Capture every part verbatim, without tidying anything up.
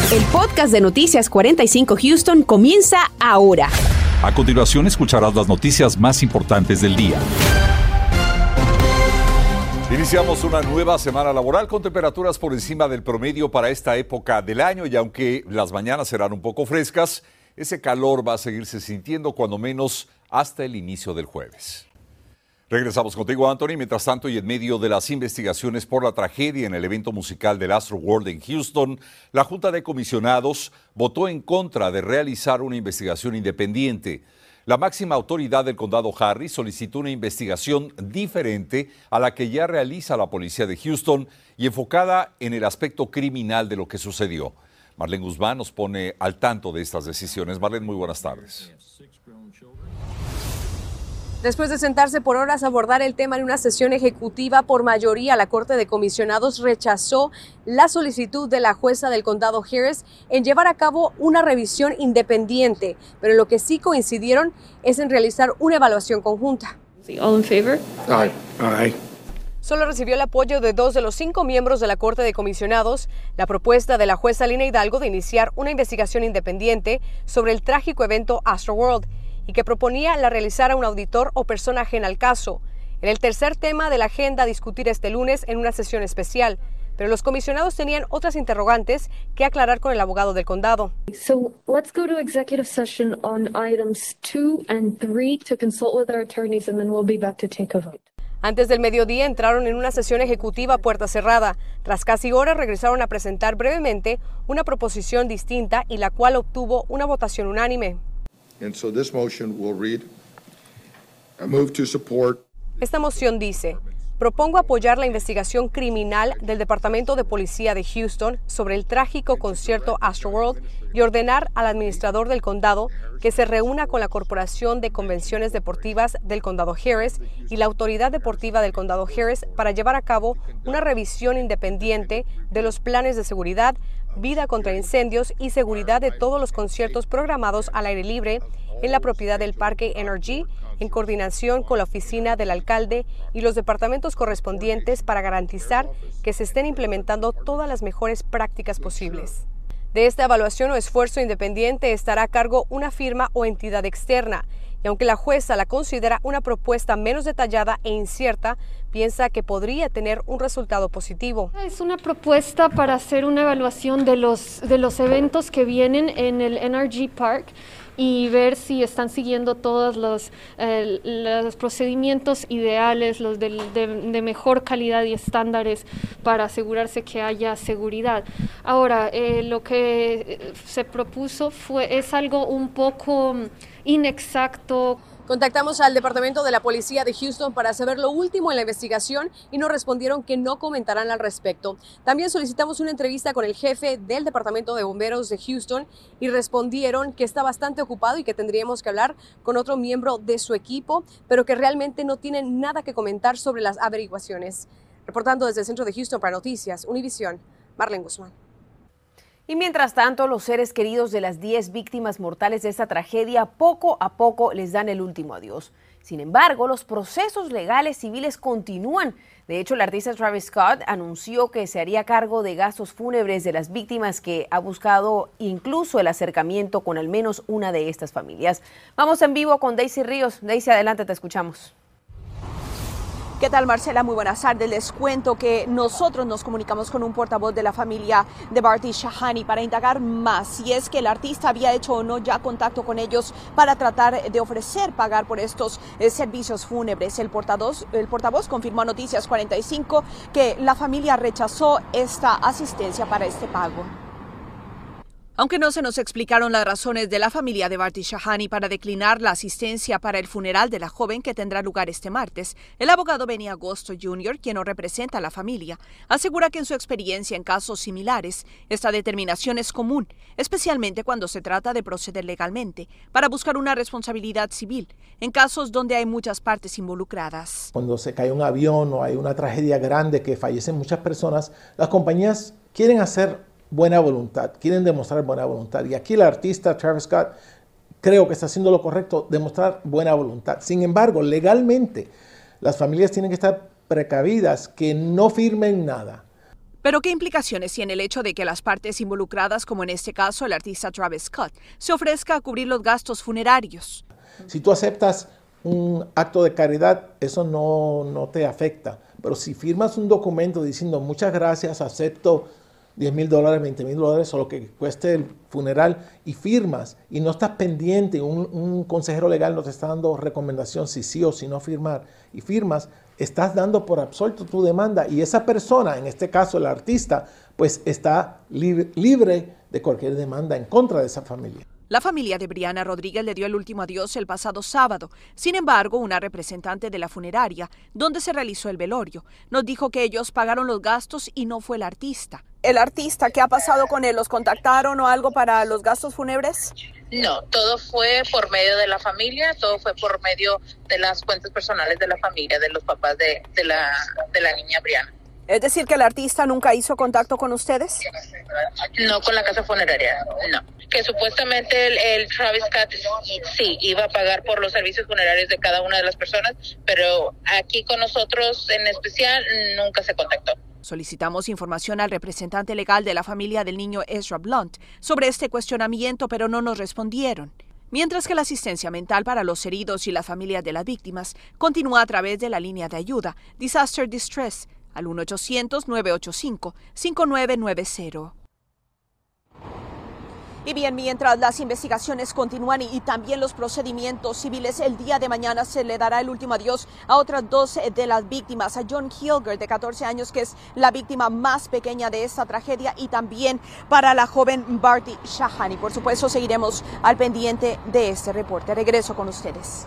El podcast de Noticias cuarenta y cinco Houston comienza ahora. A continuación escucharás las noticias más importantes del día. Iniciamos una nueva semana laboral con temperaturas por encima del promedio para esta época del año y aunque las mañanas serán un poco frescas, ese calor va a seguirse sintiendo cuando menos hasta el inicio del jueves. Regresamos contigo, Anthony. Mientras tanto, y en medio de las investigaciones por la tragedia en el evento musical del Astroworld en Houston, la Junta de Comisionados votó en contra de realizar una investigación independiente. La máxima autoridad del condado Harris solicitó una investigación diferente a la que ya realiza la policía de Houston y enfocada en el aspecto criminal de lo que sucedió. Marlene Guzmán nos pone al tanto de estas decisiones. Marlene, muy buenas tardes. Después de sentarse por horas a abordar el tema en una sesión ejecutiva por mayoría, la Corte de Comisionados rechazó la solicitud de la jueza del condado Harris en llevar a cabo una revisión independiente, pero lo que sí coincidieron es en realizar una evaluación conjunta. All in favor? Aye. Aye. Solo recibió el apoyo de dos de los cinco miembros de la Corte de Comisionados la propuesta de la jueza Lina Hidalgo de iniciar una investigación independiente sobre el trágico evento Astroworld y que proponía la realizara un auditor o persona ajena al caso. Era el tercer tema de la agenda a discutir este lunes en una sesión especial, pero los comisionados tenían otras interrogantes que aclarar con el abogado del condado. So let's go to executive session on items two and three to consult with our attorneys and then we'll be back to take a vote. Antes del mediodía entraron en una sesión ejecutiva a puerta cerrada. Tras casi horas regresaron a presentar brevemente una proposición distinta y la cual obtuvo una votación unánime. And so this motion will read, I move to support. Esta moción dice: propongo apoyar la investigación criminal del Departamento de Policía de Houston sobre el trágico concierto Astroworld y ordenar al administrador del condado que se reúna con la Corporación de Convenciones Deportivas del condado Harris y la Autoridad Deportiva del condado Harris para llevar a cabo una revisión independiente de los planes de seguridad, vida contra incendios y seguridad de todos los conciertos programados al aire libre en la propiedad del Parque N R G, en coordinación con la oficina del alcalde y los departamentos correspondientes para garantizar que se estén implementando todas las mejores prácticas posibles. De esta evaluación o esfuerzo independiente estará a cargo una firma o entidad externa, y aunque la jueza la considera una propuesta menos detallada e incierta, piensa que podría tener un resultado positivo. Es una propuesta para hacer una evaluación de los, de los eventos que vienen en el N R G Park y ver si están siguiendo todos los, eh, los procedimientos ideales, los de, de, de mejor calidad y estándares para asegurarse que haya seguridad. Ahora, eh, lo que se propuso fue, es algo un poco inexacto. Contactamos al Departamento de la Policía de Houston para saber lo último en la investigación y nos respondieron que no comentarán al respecto. También solicitamos una entrevista con el jefe del Departamento de Bomberos de Houston y respondieron que está bastante ocupado y que tendríamos que hablar con otro miembro de su equipo, pero que realmente no tienen nada que comentar sobre las averiguaciones. Reportando desde el centro de Houston para Noticias Univisión, Marlene Guzmán. Y mientras tanto, los seres queridos de las diez víctimas mortales de esta tragedia poco a poco les dan el último adiós. Sin embargo, los procesos legales civiles continúan. De hecho, el artista Travis Scott anunció que se haría cargo de gastos fúnebres de las víctimas, que ha buscado incluso el acercamiento con al menos una de estas familias. Vamos en vivo con Daisy Ríos. Daisy, adelante, te escuchamos. ¿Qué tal, Marcela? Muy buenas tardes. Les cuento que nosotros nos comunicamos con un portavoz de la familia de Barty Shahani para indagar más si es que el artista había hecho o no ya contacto con ellos para tratar de ofrecer pagar por estos eh, servicios fúnebres. El portavoz, el portavoz confirmó a Noticias cuarenta y cinco que la familia rechazó esta asistencia para este pago. Aunque no se nos explicaron las razones de la familia de Barty Shahani para declinar la asistencia para el funeral de la joven que tendrá lugar este martes, el abogado Benny Agosto junior, quien no representa a la familia, asegura que en su experiencia en casos similares, esta determinación es común, especialmente cuando se trata de proceder legalmente para buscar una responsabilidad civil, en casos donde hay muchas partes involucradas. Cuando se cae un avión o hay una tragedia grande que fallecen muchas personas, las compañías quieren hacer buena voluntad, quieren demostrar buena voluntad. Y aquí el artista Travis Scott creo que está haciendo lo correcto, demostrar buena voluntad. Sin embargo, legalmente, las familias tienen que estar precavidas que no firmen nada. Pero ¿qué implicaciones tiene el hecho de que las partes involucradas, como en este caso el artista Travis Scott, se ofrezca a cubrir los gastos funerarios? Si tú aceptas un acto de caridad, eso no, no te afecta. Pero si firmas un documento diciendo muchas gracias, acepto diez mil dólares, veinte mil dólares o lo que cueste el funeral y firmas y no estás pendiente, un, un consejero legal no te está dando recomendación si sí o si no firmar y firmas, estás dando por absuelto tu demanda y esa persona, en este caso el artista, pues está libre, libre de cualquier demanda en contra de esa familia. La familia de Brianna Rodríguez le dio el último adiós el pasado sábado. Sin embargo, una representante de la funeraria, donde se realizó el velorio, nos dijo que ellos pagaron los gastos y no fue el artista. ¿El artista qué ha pasado con él? ¿Los contactaron o algo para los gastos fúnebres? No, todo fue por medio de la familia, todo fue por medio de las cuentas personales de la familia, de los papás de, de, la, de la niña Brianna. Es decir, que el artista nunca hizo contacto con ustedes. No con la casa funeraria, no. Que supuestamente el, el Travis Scott sí iba a pagar por los servicios funerarios de cada una de las personas, pero aquí con nosotros en especial nunca se contactó. Solicitamos información al representante legal de la familia del niño Ezra Blunt sobre este cuestionamiento, pero no nos respondieron. Mientras que la asistencia mental para los heridos y las familias de las víctimas continúa a través de la línea de ayuda Disaster Distress al uno ochocientos, nueve ocho cinco, cinco nueve nueve cero. Y bien, mientras las investigaciones continúan y también los procedimientos civiles, el día de mañana se le dará el último adiós a otras dos de las víctimas, a John Hilger, de catorce años, que es la víctima más pequeña de esta tragedia, y también para la joven Barty Shahani. Por supuesto, seguiremos al pendiente de este reporte. Regreso con ustedes.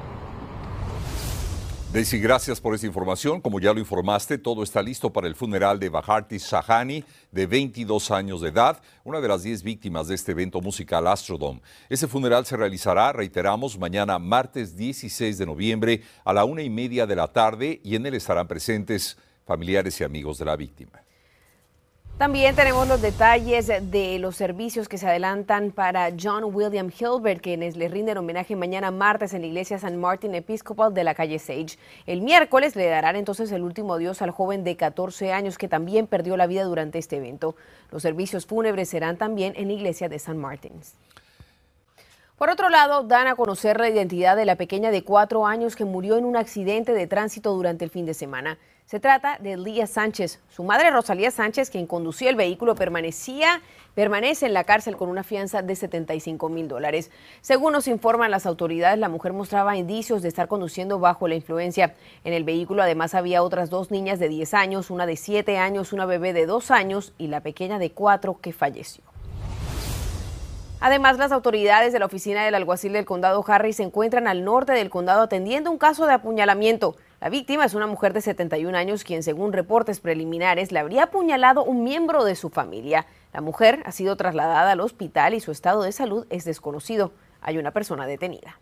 Daisy, gracias por esta información. Como ya lo informaste, todo está listo para el funeral de Bharti Shahani, de veintidós años de edad, una de las diez víctimas de este evento musical Astrodome. Ese funeral se realizará, reiteramos, mañana martes dieciséis de noviembre a la una y media de la tarde y en él estarán presentes familiares y amigos de la víctima. También tenemos los detalles de los servicios que se adelantan para John William Hilbert, quienes le rinden homenaje mañana martes en la iglesia San Martin Episcopal de la calle Sage. El miércoles le darán entonces el último adiós al joven de catorce años que también perdió la vida durante este evento. Los servicios fúnebres serán también en la iglesia de San Martins. Por otro lado, dan a conocer la identidad de la pequeña de cuatro años que murió en un accidente de tránsito durante el fin de semana. Se trata de Lía Sánchez. Su madre, Rosalía Sánchez, quien conducía el vehículo, permanecía, permanece en la cárcel con una fianza de setenta y cinco mil dólares. Según nos informan las autoridades, la mujer mostraba indicios de estar conduciendo bajo la influencia. En el vehículo además había otras dos niñas de diez años, una de siete años, una bebé de dos años y la pequeña de cuatro que falleció. Además, las autoridades de la oficina del alguacil del condado Harris se encuentran al norte del condado atendiendo un caso de apuñalamiento. La víctima es una mujer de setenta y un años quien, según reportes preliminares, le habría apuñalado un miembro de su familia. La mujer ha sido trasladada al hospital y su estado de salud es desconocido. Hay una persona detenida.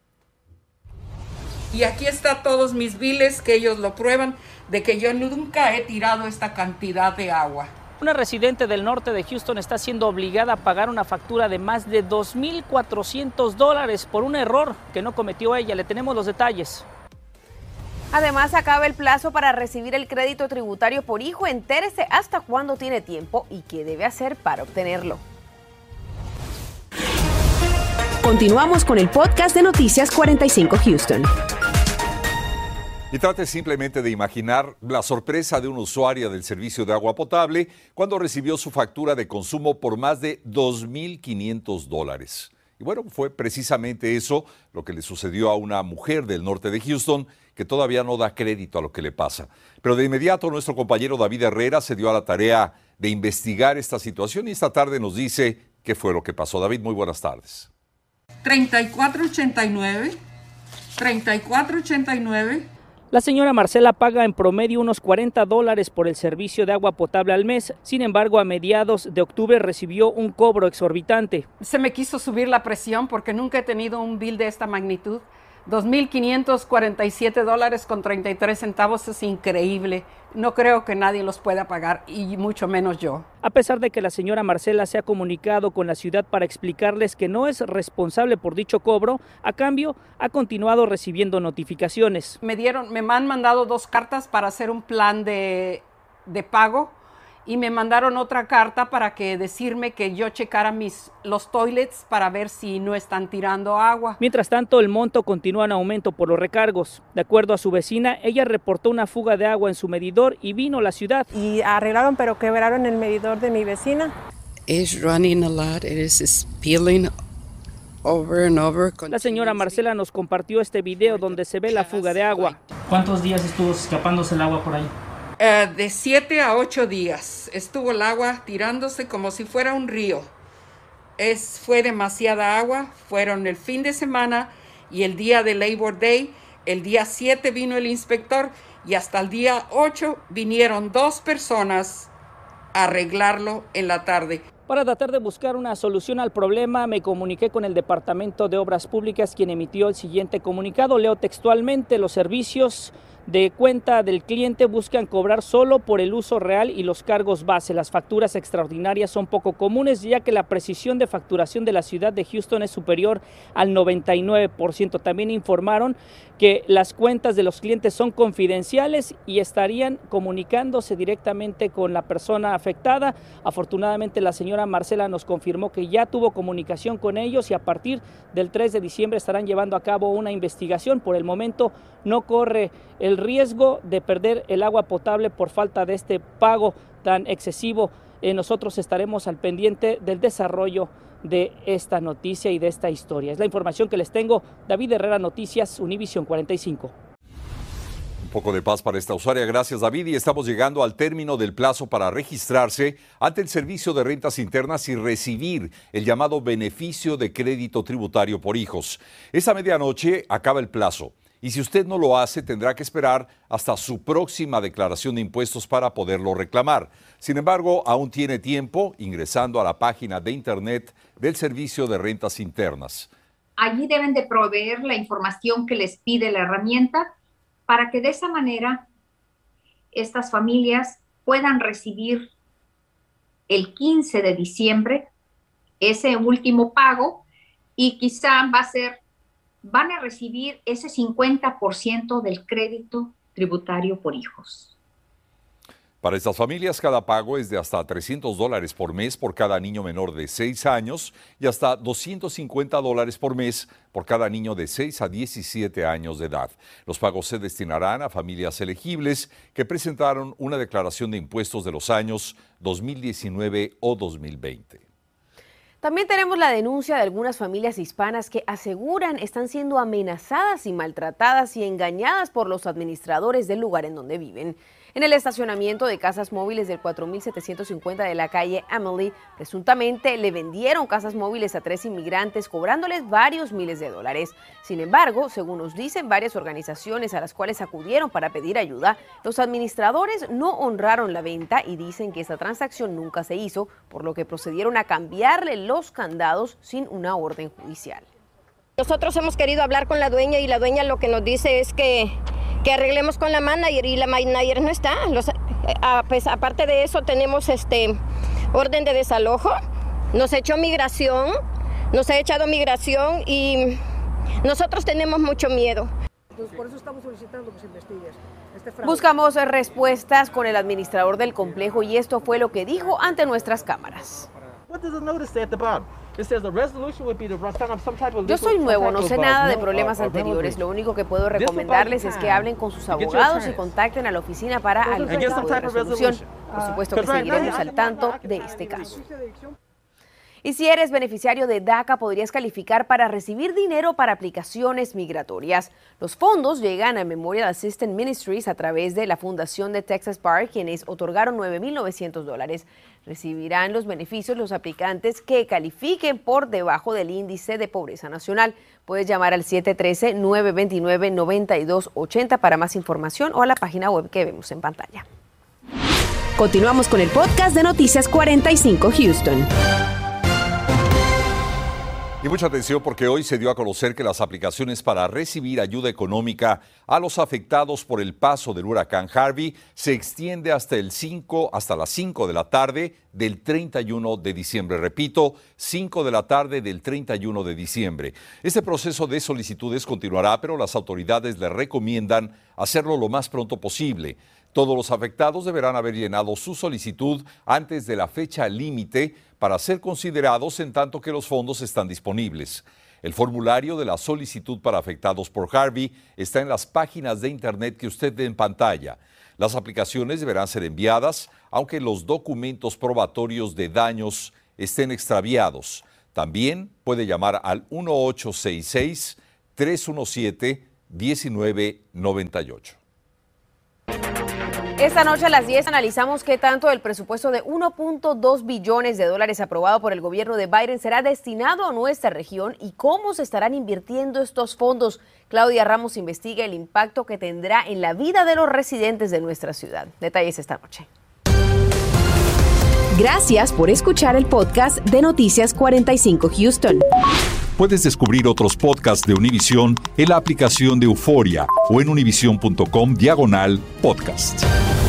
Y aquí está todos mis biles, que ellos lo prueban, de que yo nunca he tirado esta cantidad de agua. Una residente del norte de Houston está siendo obligada a pagar una factura de más de dos mil cuatrocientos dólares por un error que no cometió ella. Le tenemos los detalles. Además, acaba el plazo para recibir el crédito tributario por hijo. Entérese hasta cuándo tiene tiempo y qué debe hacer para obtenerlo. Continuamos con el podcast de Noticias cuarenta y cinco Houston. Y trate simplemente de imaginar la sorpresa de una usuaria del servicio de agua potable cuando recibió su factura de consumo por más de dos mil quinientos dólares. Y bueno, fue precisamente eso lo que le sucedió a una mujer del norte de Houston que todavía no da crédito a lo que le pasa. Pero de inmediato nuestro compañero David Herrera se dio a la tarea de investigar esta situación y esta tarde nos dice qué fue lo que pasó. David, muy buenas tardes. treinta y cuatro ochenta y nueve, treinta y cuatro ochenta y nueve. La señora Marcela paga en promedio unos cuarenta dólares por el servicio de agua potable al mes. Sin embargo, a mediados de octubre recibió un cobro exorbitante. Se me quiso subir la presión porque nunca he tenido un bill de esta magnitud. dos mil quinientos cuarenta y siete dólares con treinta y tres centavos es increíble. No creo que nadie los pueda pagar y mucho menos yo. A pesar de que la señora Marcela se ha comunicado con la ciudad para explicarles que no es responsable por dicho cobro, a cambio ha continuado recibiendo notificaciones. Me dieron, me han mandado dos cartas para hacer un plan de, de pago y me mandaron otra carta para que decirme que yo checara mis, los toilets para ver si no están tirando agua. Mientras tanto, el monto continúa en aumento por los recargos. De acuerdo a su vecina, ella reportó una fuga de agua en su medidor y vino a la ciudad. Y arreglaron, pero quebraron el medidor de mi vecina. It's running a lot. It is spilling over and over. La señora Marcela nos compartió este video donde se ve la fuga de agua. ¿Cuántos días estuvo escapándose el agua por ahí? Uh, de siete a ocho días estuvo el agua tirándose como si fuera un río. Es, fue demasiada agua. Fueron el fin de semana y el día de Labor Day. El día siete vino el inspector y hasta el día ocho vinieron dos personas a arreglarlo en la tarde. Para tratar de buscar una solución al problema, me comuniqué con el Departamento de Obras Públicas, quien emitió el siguiente comunicado. Leo textualmente: los servicios de cuenta del cliente buscan cobrar solo por el uso real y los cargos base. Las facturas extraordinarias son poco comunes, ya que la precisión de facturación de la ciudad de Houston es superior al noventa y nueve por ciento. También informaron que las cuentas de los clientes son confidenciales y estarían comunicándose directamente con la persona afectada. Afortunadamente, la señora Marcela nos confirmó que ya tuvo comunicación con ellos y a partir del tres de diciembre estarán llevando a cabo una investigación. Por el momento no corre el riesgo de perder el agua potable por falta de este pago tan excesivo. Eh, nosotros estaremos al pendiente del desarrollo de esta noticia y de esta historia. Es la información que les tengo. David Herrera, Noticias Univisión cuarenta y cinco. Un poco de paz para esta usuaria. Gracias, David. Y estamos llegando al término del plazo para registrarse ante el Servicio de Rentas Internas y recibir el llamado beneficio de crédito tributario por hijos. Esta medianoche acaba el plazo. Y si usted no lo hace, tendrá que esperar hasta su próxima declaración de impuestos para poderlo reclamar. Sin embargo, aún tiene tiempo ingresando a la página de internet del Servicio de Rentas Internas. Allí deben de proveer la información que les pide la herramienta para que de esa manera estas familias puedan recibir el quince de diciembre ese último pago y quizá va a ser van a recibir ese cincuenta por ciento del crédito tributario por hijos. Para estas familias, cada pago es de hasta trescientos dólares por mes por cada niño menor de seis años y hasta doscientos cincuenta dólares por mes por cada niño de seis a diecisiete años de edad. Los pagos se destinarán a familias elegibles que presentaron una declaración de impuestos de los años dos mil diecinueve o dos mil veinte. También tenemos la denuncia de algunas familias hispanas que aseguran están siendo amenazadas y maltratadas y engañadas por los administradores del lugar en donde viven. En el estacionamiento de casas móviles del cuatro mil setecientos cincuenta de la calle Emily, presuntamente le vendieron casas móviles a tres inmigrantes cobrándoles varios miles de dólares. Sin embargo, según nos dicen varias organizaciones a las cuales acudieron para pedir ayuda, los administradores no honraron la venta y dicen que esta transacción nunca se hizo, por lo que procedieron a cambiarle los candados sin una orden judicial. Nosotros hemos querido hablar con la dueña y la dueña lo que nos dice es que, que arreglemos con la manager y la manager no está. Los, a, pues, aparte de eso tenemos este orden de desalojo, nos echó migración, nos ha echado migración y nosotros tenemos mucho miedo. Pues por eso estamos solicitando que se investigue este fraude. Buscamos respuestas con el administrador del complejo y esto fue lo que dijo ante nuestras cámaras. Yo soy nuevo, no sé nada de problemas anteriores. Lo único que puedo recomendarles es que hablen con sus abogados y contacten a la oficina para algún tipo de resolución. Por supuesto que seguiremos al tanto de este caso. Y si eres beneficiario de DACA, podrías calificar para recibir dinero para aplicaciones migratorias. Los fondos llegan a Memorial Assistance Ministries a través de la Fundación de Texas Bar, quienes otorgaron nueve mil novecientos dólares. Recibirán los beneficios los aplicantes que califiquen por debajo del índice de pobreza nacional. Puedes llamar al siete uno tres, nueve dos nueve, nueve dos ocho cero para más información o a la página web que vemos en pantalla. Continuamos con el podcast de Noticias cuarenta y cinco Houston. Y mucha atención porque hoy se dio a conocer que las aplicaciones para recibir ayuda económica a los afectados por el paso del huracán Harvey se extiende hasta el cinco, hasta las cinco de la tarde del treinta y uno de diciembre. Repito, cinco de la tarde del treinta y uno de diciembre. Este proceso de solicitudes continuará, pero las autoridades le recomiendan hacerlo lo más pronto posible. Todos los afectados deberán haber llenado su solicitud antes de la fecha límite para ser considerados en tanto que los fondos están disponibles. El formulario de la solicitud para afectados por Harvey está en las páginas de internet que usted ve en pantalla. Las aplicaciones deberán ser enviadas, aunque los documentos probatorios de daños estén extraviados. También puede llamar al uno ocho seis seis, tres uno siete, uno nueve nueve ocho. Esta noche a las diez analizamos qué tanto el presupuesto de uno punto dos billones de dólares aprobado por el gobierno de Biden será destinado a nuestra región y cómo se estarán invirtiendo estos fondos. Claudia Ramos investiga el impacto que tendrá en la vida de los residentes de nuestra ciudad. Detalles esta noche. Gracias por escuchar el podcast de Noticias cuarenta y cinco Houston. Puedes descubrir otros podcasts de Univision en la aplicación de Euforia o en univision punto com diagonal podcast.